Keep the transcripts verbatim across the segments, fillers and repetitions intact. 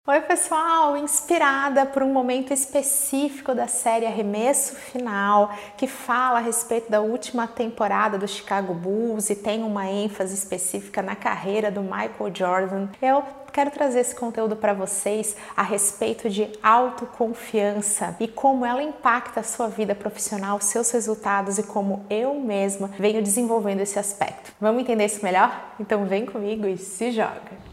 Oi pessoal, inspirada por um momento específico da série Arremesso Final, que fala a respeito da última temporada do Chicago Bulls e tem uma ênfase específica na carreira do Michael Jordan, eu quero trazer esse conteúdo para vocês a respeito de autoconfiança e como ela impacta a sua vida profissional, seus resultados e como eu mesma venho desenvolvendo esse aspecto. Vamos entender isso melhor? Então vem comigo e se joga!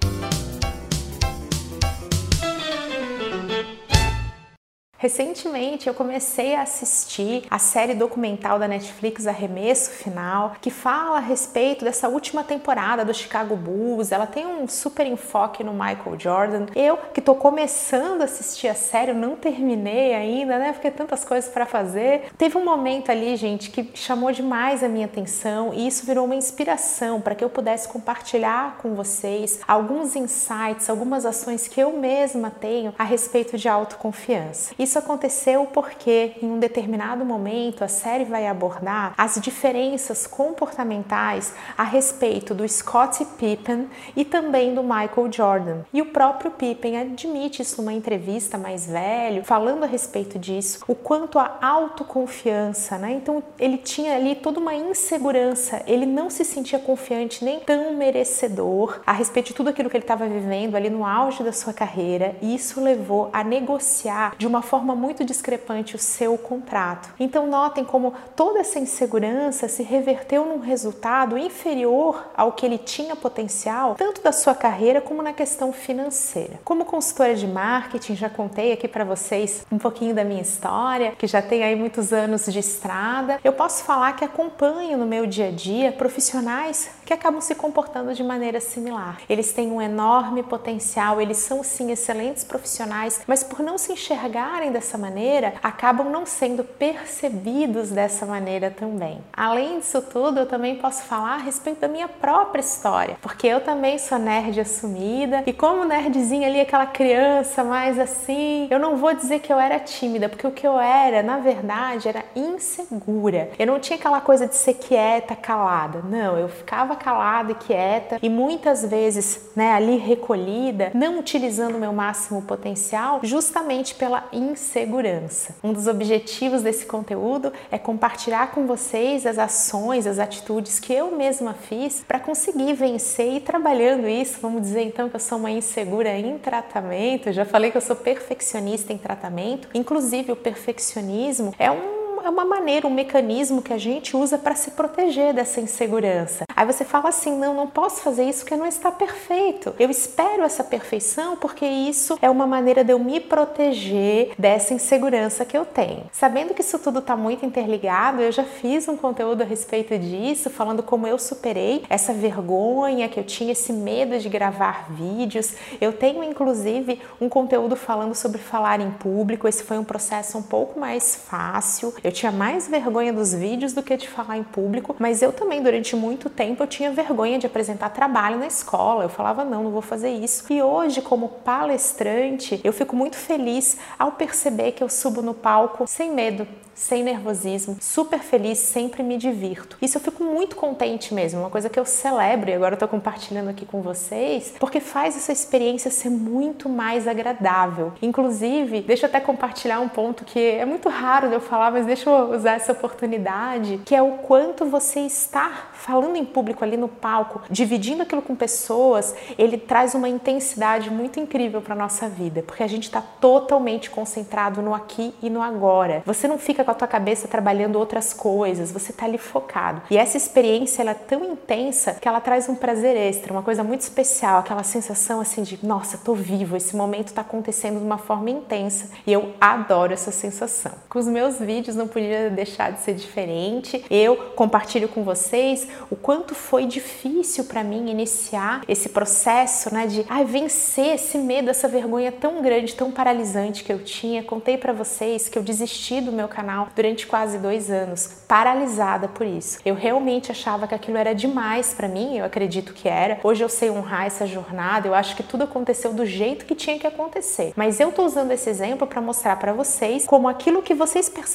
Recentemente eu comecei a assistir a série documental da Netflix Arremesso Final, que fala a respeito dessa última temporada do Chicago Bulls. Ela tem um super enfoque no Michael Jordan. Eu, que tô começando a assistir a série, eu não terminei ainda, né? Porque tantas coisas para fazer. Teve um momento ali, gente, que chamou demais a minha atenção e isso virou uma inspiração para que eu pudesse compartilhar com vocês alguns insights, algumas ações que eu mesma tenho a respeito de autoconfiança. Isso aconteceu porque, em um determinado momento, a série vai abordar as diferenças comportamentais a respeito do Scottie Pippen e também do Michael Jordan. E o próprio Pippen admite isso numa entrevista mais velho, falando a respeito disso, o quanto a autoconfiança, né? Então, ele tinha ali toda uma insegurança, ele não se sentia confiante nem tão merecedor a respeito de tudo aquilo que ele estava vivendo ali no auge da sua carreira, e isso levou a negociar de uma forma muito discrepante o seu contrato. Então notem como toda essa insegurança se reverteu num resultado inferior ao que ele tinha potencial, tanto da sua carreira como na questão financeira. Como consultora de marketing, já contei aqui para vocês um pouquinho da minha história, que já tem aí muitos anos de estrada. Eu posso falar que acompanho no meu dia a dia profissionais que acabam se comportando de maneira similar. Eles têm um enorme potencial, eles são sim excelentes profissionais, mas por não se enxergarem dessa maneira, acabam não sendo percebidos dessa maneira também. Além disso tudo, eu também posso falar a respeito da minha própria história, porque eu também sou nerd assumida, e como nerdzinha ali, aquela criança mais assim, eu não vou dizer que eu era tímida, porque o que eu era, na verdade, era insegura. Eu não tinha aquela coisa de ser quieta, calada. Não, eu ficava calada e quieta, e muitas vezes, né, ali recolhida, não utilizando o meu máximo potencial, justamente pela insegurança. Um dos objetivos desse conteúdo é compartilhar com vocês as ações, as atitudes que eu mesma fiz para conseguir vencer e trabalhando isso. Vamos dizer então que eu sou uma insegura em tratamento. Eu já falei que eu sou perfeccionista em tratamento. Inclusive o perfeccionismo é um É uma maneira, um mecanismo que a gente usa para se proteger dessa insegurança. Aí você fala assim, não, não posso fazer isso porque não está perfeito. Eu espero essa perfeição porque isso é uma maneira de eu me proteger dessa insegurança que eu tenho. Sabendo que isso tudo está muito interligado, eu já fiz um conteúdo a respeito disso, falando como eu superei essa vergonha que eu tinha, esse medo de gravar vídeos. Eu tenho, inclusive, um conteúdo falando sobre falar em público. Esse foi um processo um pouco mais fácil. Eu tinha mais vergonha dos vídeos do que de falar em público, mas eu também, durante muito tempo, eu tinha vergonha de apresentar trabalho na escola. Eu falava, não, não vou fazer isso. E hoje, como palestrante, eu fico muito feliz ao perceber que eu subo no palco sem medo, sem nervosismo, super feliz, sempre me divirto. Isso eu fico muito contente mesmo, uma coisa que eu celebro e agora eu tô compartilhando aqui com vocês, porque faz essa experiência ser muito mais agradável. Inclusive, deixa eu até compartilhar um ponto que é muito raro de eu falar, mas deixa eu usar essa oportunidade, que é o quanto você está falando em público ali no palco, dividindo aquilo com pessoas, ele traz uma intensidade muito incrível para nossa vida, porque a gente está totalmente concentrado no aqui e no agora. Você não fica com a tua cabeça trabalhando outras coisas, você tá ali focado. E essa experiência, ela é tão intensa que ela traz um prazer extra, uma coisa muito especial, aquela sensação assim de, nossa, tô vivo, esse momento tá acontecendo de uma forma intensa e eu adoro essa sensação. Com os meus vídeos não podia deixar de ser diferente. Eu compartilho com vocês o quanto foi difícil para mim iniciar esse processo, né, de ai, vencer esse medo, essa vergonha tão grande, tão paralisante que eu tinha. Contei para vocês que eu desisti do meu canal durante quase dois anos, paralisada por isso. Eu realmente achava que aquilo era demais para mim, eu acredito que era. Hoje eu sei honrar essa jornada, eu acho que tudo aconteceu do jeito que tinha que acontecer. Mas eu tô usando esse exemplo para mostrar para vocês como aquilo que vocês percebem em mim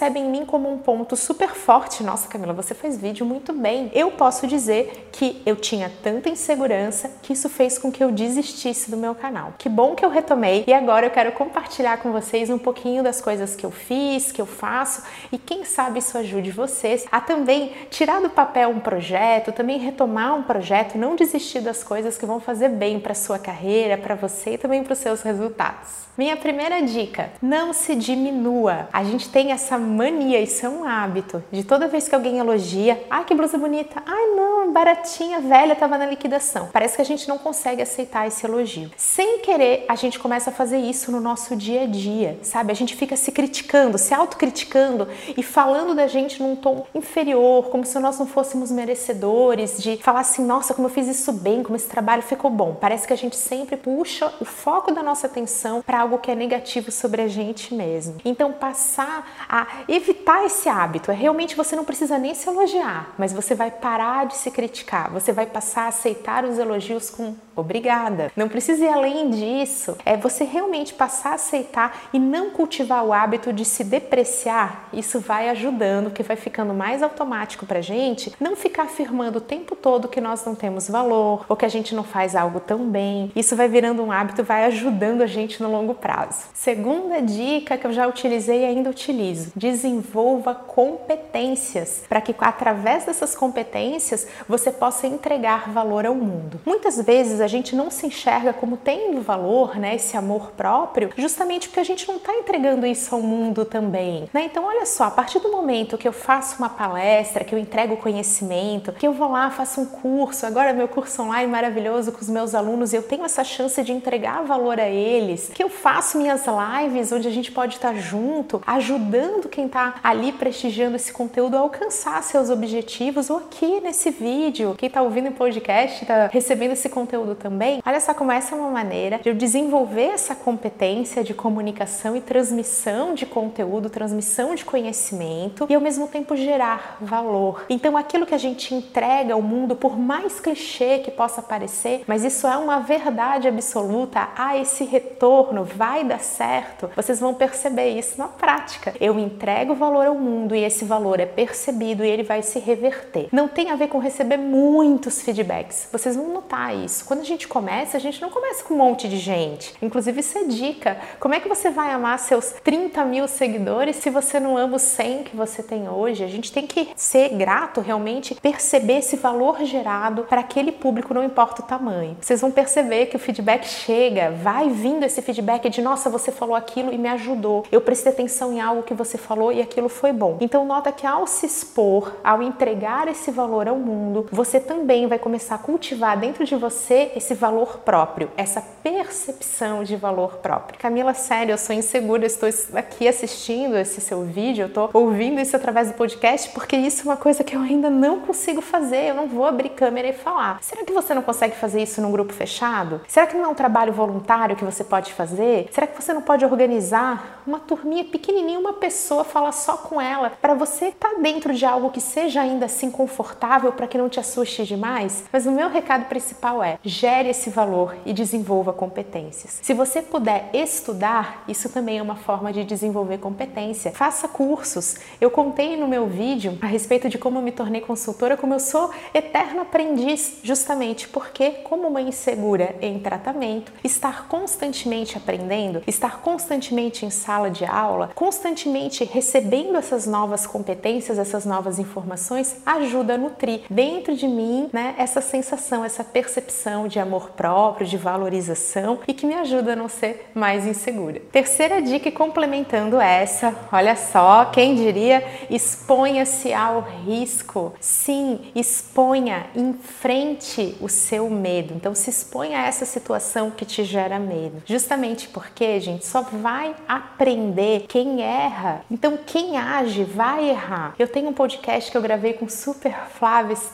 mim como um ponto super forte. Nossa, Camila, você faz vídeo muito bem. Eu posso dizer que eu tinha tanta insegurança que isso fez com que eu desistisse do meu canal. Que bom que eu retomei e agora eu quero compartilhar com vocês um pouquinho das coisas que eu fiz, que eu faço e quem sabe isso ajude vocês a também tirar do papel um projeto, também retomar um projeto, não desistir das coisas que vão fazer bem para sua carreira, para você e também para os seus resultados. Minha primeira dica, não se diminua. A gente tem essa mania, isso é um hábito, de toda vez que alguém elogia, ai que blusa bonita, ai não, baratinha, velha, tava na liquidação. Parece que a gente não consegue aceitar esse elogio. Sem querer, a gente começa a fazer isso no nosso dia a dia, sabe? A gente fica se criticando, se autocriticando e falando da gente num tom inferior, como se nós não fôssemos merecedores, de falar assim, nossa, como eu fiz isso bem, como esse trabalho ficou bom. Parece que a gente sempre puxa o foco da nossa atenção para algo que é negativo sobre a gente mesmo. Então, passar a evitar esse hábito é realmente você não precisa nem se elogiar, mas você vai parar de se criticar, você vai passar a aceitar os elogios com obrigada. Não precisa ir além disso. É você realmente passar a aceitar e não cultivar o hábito de se depreciar. Isso vai ajudando, que vai ficando mais automático pra gente não ficar afirmando o tempo todo que nós não temos valor ou que a gente não faz algo tão bem. Isso vai virando um hábito, vai ajudando a gente no longo prazo. Segunda dica que eu já utilizei e ainda utilizo: desenvolva competências para que através dessas competências você possa entregar valor ao mundo. Muitas vezes a gente não se enxerga como tendo valor, né, esse amor próprio, justamente porque a gente não está entregando isso ao mundo também, né? Então olha só, a partir do momento que eu faço uma palestra, que eu entrego conhecimento, que eu vou lá, faço um curso, agora meu curso online maravilhoso com os meus alunos, eu tenho essa chance de entregar valor a eles, que eu faço minhas lives onde a gente pode estar junto, ajudando quem está ali prestigiando esse conteúdo a alcançar seus objetivos, ou aqui nesse vídeo, quem está ouvindo em podcast, está recebendo esse conteúdo também. Olha só como essa é uma maneira de eu desenvolver essa competência de comunicação e transmissão de conteúdo, transmissão de conhecimento e ao mesmo tempo gerar valor. Então aquilo que a gente entrega ao mundo, por mais clichê que possa parecer, mas isso é uma verdade absoluta, há esse retorno, vai dar certo, vocês vão perceber isso na prática. Eu entrego valor ao mundo e esse valor é percebido e ele vai se reverter. Não tem a ver com receber muitos feedbacks, vocês vão notar isso. Quando a gente começa, a gente não começa com um monte de gente. Inclusive, isso é dica. Como é que você vai amar seus trinta mil seguidores se você não ama os cem que você tem hoje? A gente tem que ser grato, realmente, perceber esse valor gerado para aquele público, não importa o tamanho. Vocês vão perceber que o feedback chega, vai vindo esse feedback de, nossa, você falou aquilo e me ajudou. Eu prestei atenção em algo que você falou e aquilo foi bom. Então, nota que ao se expor, ao entregar esse valor ao mundo, você também vai começar a cultivar dentro de você esse valor próprio, essa percepção de valor próprio. Camila, sério, eu sou insegura, eu estou aqui assistindo esse seu vídeo, eu estou ouvindo isso através do podcast, porque isso é uma coisa que eu ainda não consigo fazer, eu não vou abrir câmera e falar. Será que você não consegue fazer isso num grupo fechado? Será que não é um trabalho voluntário que você pode fazer? Será que você não pode organizar uma turminha pequenininha, uma pessoa, falar só com ela, para você estar dentro de algo que seja ainda assim confortável, para que não te assuste demais? Mas o meu recado principal é: gere esse valor e desenvolva competências. Se você puder estudar, isso também é uma forma de desenvolver competência. Faça cursos. Eu contei no meu vídeo a respeito de como eu me tornei consultora, como eu sou eterno aprendiz, justamente porque, como mãe insegura em tratamento, estar constantemente aprendendo, estar constantemente em sala de aula, constantemente recebendo essas novas competências, essas novas informações, ajuda a nutrir dentro de mim, né, essa sensação, essa percepção de amor próprio, de valorização e que me ajuda a não ser mais insegura. Terceira dica, complementando essa, olha só, quem diria, exponha-se ao risco. Sim, exponha, enfrente o seu medo. Então se exponha a essa situação que te gera medo. Justamente porque, gente, só vai aprender quem erra. Então quem age vai errar. Eu tenho um podcast que eu gravei com Super Flávia Esther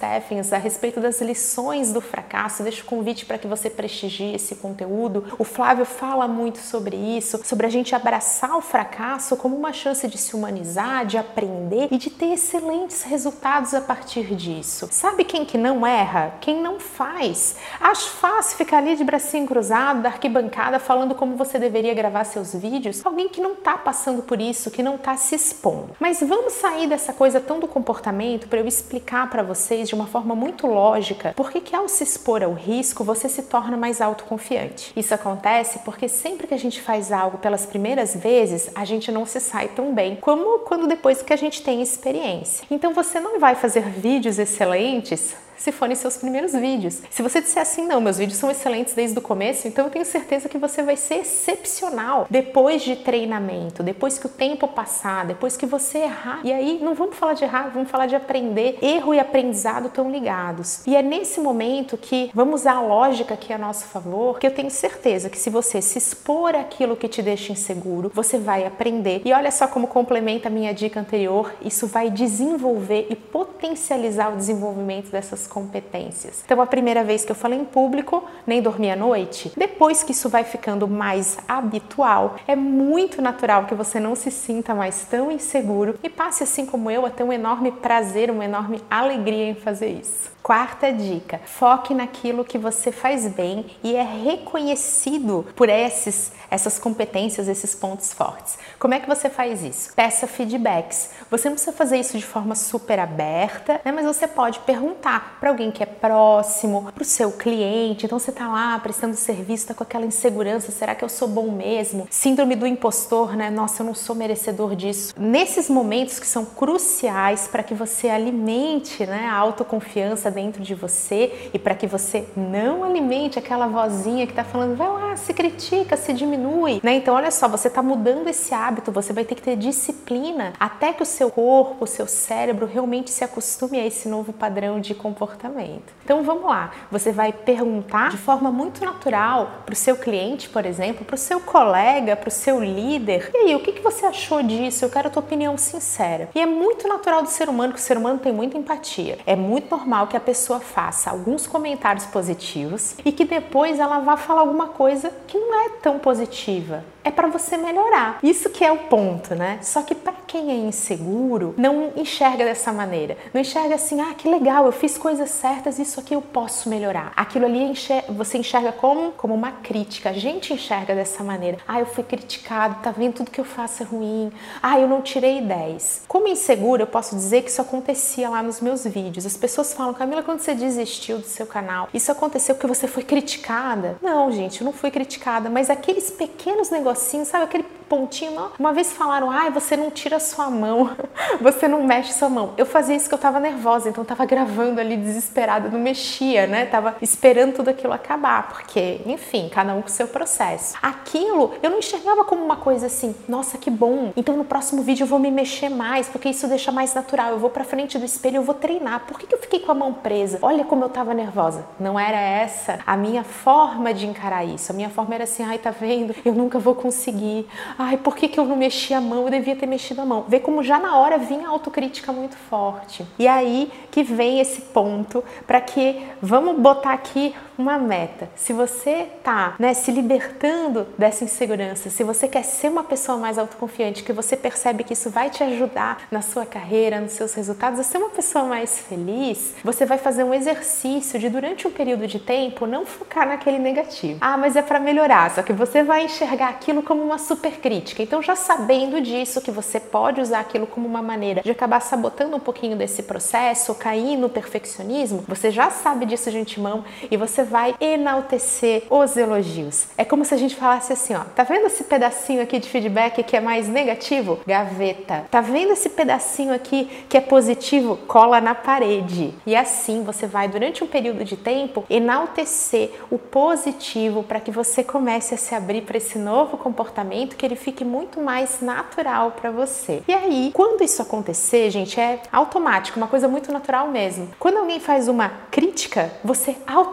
Steffens a respeito das lições do fracasso. Deixo o convite para que você prestigie esse conteúdo. O Flávio fala muito sobre isso, sobre a gente abraçar o fracasso como uma chance de se humanizar, de aprender e de ter excelentes resultados a partir disso. Sabe quem que não erra? Quem não faz. Acho fácil ficar ali de bracinho cruzado, da arquibancada, falando como você deveria gravar seus vídeos. Alguém que não tá passando por isso, que não tá se expondo. Mas vamos sair dessa coisa tão do comportamento para eu explicar para vocês de uma forma muito lógica porque que ao se expor ao risco você se torna mais autoconfiante. Isso acontece porque sempre que a gente faz algo pelas primeiras vezes, a gente não se sai tão bem como quando depois que a gente tem experiência. Então você não vai fazer vídeos excelentes se forem seus primeiros vídeos. Se você disser assim, não, meus vídeos são excelentes desde o começo, então eu tenho certeza que você vai ser excepcional depois de treinamento, depois que o tempo passar, depois que você errar. E aí, não vamos falar de errar, vamos falar de aprender. Erro e aprendizado estão ligados. E é nesse momento que vamos usar a lógica aqui a nosso favor, que eu tenho certeza que se você se expor àquilo que te deixa inseguro, você vai aprender. E olha só como complementa a minha dica anterior, isso vai desenvolver e potencializar o desenvolvimento dessas competências. Então, a primeira vez que eu falei em público, nem dormi à noite. Depois que isso vai ficando mais habitual, é muito natural que você não se sinta mais tão inseguro e passe, assim como eu, a ter um enorme prazer, uma enorme alegria em fazer isso. Quarta dica, foque naquilo que você faz bem e é reconhecido por esses, essas competências, esses pontos fortes. Como é que você faz isso? Peça feedbacks. Você não precisa fazer isso de forma super aberta, né? Mas você pode perguntar para alguém que é próximo, para o seu cliente. Então você está lá prestando serviço, está com aquela insegurança, será que eu sou bom mesmo? Síndrome do impostor, né? Nossa, eu não sou merecedor disso. Nesses momentos que são cruciais para que você alimente, né, a autoconfiança dentro de você e para que você não alimente aquela vozinha que está falando, vai lá, se critica, se diminui, né? Então olha só, você está mudando esse hábito, você vai ter que ter disciplina até que o seu corpo, o seu cérebro realmente se acostume a esse novo padrão de comportamento. Então vamos lá, você vai perguntar de forma muito natural para o seu cliente, por exemplo, para o seu colega, para o seu líder, e aí, o que, que você achou disso? Eu quero a tua opinião sincera. E é muito natural do ser humano, que o ser humano tem muita empatia. É muito normal que a pessoa faça alguns comentários positivos e que depois ela vá falar alguma coisa que não é tão positiva. É para você melhorar. Isso que é o ponto, né? Só que para quem é inseguro, não enxerga dessa maneira. Não enxerga assim, ah, que legal, eu fiz coisas certas, isso aqui eu posso melhorar. Aquilo ali enxerga, você enxerga como, como uma crítica. A gente enxerga dessa maneira. Ah, eu fui criticado, tá vendo tudo que eu faço é ruim. Ah, eu não tirei dez. Como inseguro, eu posso dizer que isso acontecia lá nos meus vídeos. As pessoas falam, Camila, quando você desistiu do seu canal, isso aconteceu porque você foi criticada? Não, gente, eu não fui criticada, mas aqueles pequenos negocinhos, sabe, aquele pontinho, não? Uma vez falaram, ai, você não tira sua mão, você não mexe sua mão. Eu fazia isso que eu tava nervosa, então eu tava gravando ali desesperada, não mexia, né? Tava esperando tudo aquilo acabar, porque, enfim, cada um com o seu processo. Aquilo, eu não enxergava como uma coisa assim, nossa, que bom, então no próximo vídeo eu vou me mexer mais, porque isso deixa mais natural, eu vou pra frente do espelho, eu vou treinar. Por que que eu fiquei com a mão presa? Olha como eu tava nervosa. Não era essa a minha forma de encarar isso. A minha forma era assim, ai, tá vendo? Eu nunca vou conseguir. Ai, por que que eu não mexi a mão? Eu devia ter mexido a mão. Vê como já na hora vinha a autocrítica muito forte. E aí que vem esse ponto para que, vamos botar aqui uma meta. Se você tá, né, se libertando dessa insegurança, se você quer ser uma pessoa mais autoconfiante, que você percebe que isso vai te ajudar na sua carreira, nos seus resultados, a ser uma pessoa mais feliz, você vai fazer um exercício de, durante um período de tempo, não focar naquele negativo. Ah, mas é para melhorar, só que você vai enxergar aquilo como uma super crítica. Então, já sabendo disso, que você pode usar aquilo como uma maneira de acabar sabotando um pouquinho desse processo, cair no perfeccionismo, você já sabe disso de antemão e você vai enaltecer os elogios. É como se a gente falasse assim, ó, tá vendo esse pedacinho aqui de feedback que é mais negativo? Gaveta. Tá vendo esse pedacinho aqui que é positivo? Cola na parede. E assim você vai, durante um período de tempo, enaltecer o positivo para que você comece a se abrir para esse novo comportamento, que ele fique muito mais natural para você. E aí, quando isso acontecer, gente, é automático, uma coisa muito natural mesmo. Quando alguém faz uma crítica, você automaticamente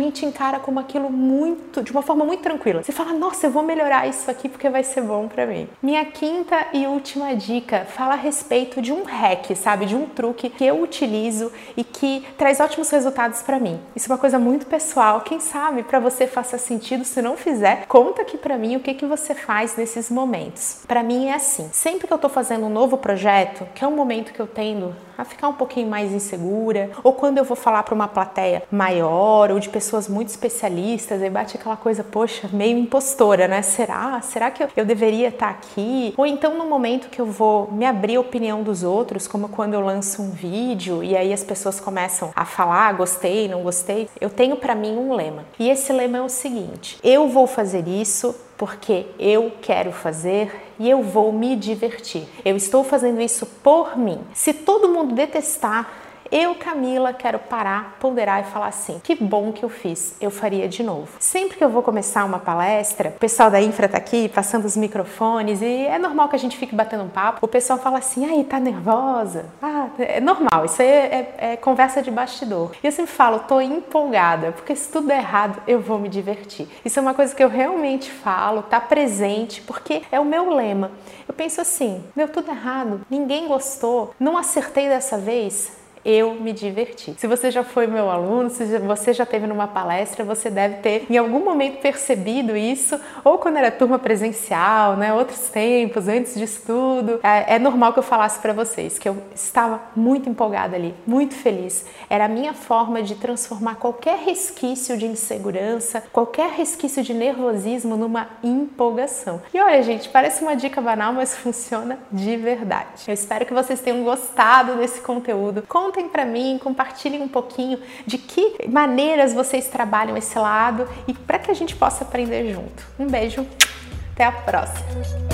automaticamente encara como aquilo muito, de uma forma muito tranquila. Você fala, nossa, eu vou melhorar isso aqui porque vai ser bom pra mim. Minha quinta e última dica fala a respeito de um hack, sabe? De um truque que eu utilizo e que traz ótimos resultados pra mim. Isso é uma coisa muito pessoal. Quem sabe pra você faça sentido. Se não fizer, conta aqui pra mim o que que você faz nesses momentos. Pra mim é assim. Sempre que eu tô fazendo um novo projeto, que é um momento que eu tendo a ficar um pouquinho mais insegura, ou quando eu vou falar para uma plateia maior ou de pessoas muito especialistas, aí bate aquela coisa, poxa, meio impostora, né? Será? Será que eu, eu deveria estar aqui? Ou então no momento que eu vou me abrir a opinião dos outros, como quando eu lanço um vídeo e aí as pessoas começam a falar, gostei, não gostei, eu tenho para mim um lema. E esse lema é o seguinte: eu vou fazer isso porque eu quero fazer e eu vou me divertir. Eu estou fazendo isso por mim. Se todo mundo detestar, eu, Camila, quero parar, ponderar e falar assim, que bom que eu fiz, eu faria de novo. Sempre que eu vou começar uma palestra, o pessoal da Infra tá aqui, passando os microfones, e é normal que a gente fique batendo um papo, o pessoal fala assim, aí, tá nervosa? Ah, é normal, isso aí é, é, é conversa de bastidor. E eu sempre falo, tô empolgada, porque se tudo der errado, eu vou me divertir. Isso é uma coisa que eu realmente falo, tá presente, porque é o meu lema. Eu penso assim, deu tudo errado, ninguém gostou, não acertei dessa vez, eu me diverti. Se você já foi meu aluno, se você já esteve numa palestra, você deve ter em algum momento percebido isso, ou quando era turma presencial, né, outros tempos, antes de estudo. É, é normal que eu falasse para vocês que eu estava muito empolgada ali, muito feliz. Era a minha forma de transformar qualquer resquício de insegurança, qualquer resquício de nervosismo numa empolgação. E olha, gente, parece uma dica banal, mas funciona de verdade. Eu espero que vocês tenham gostado desse conteúdo. Contem para mim, compartilhem um pouquinho de que maneiras vocês trabalham esse lado e para que a gente possa aprender junto. Um beijo, até a próxima!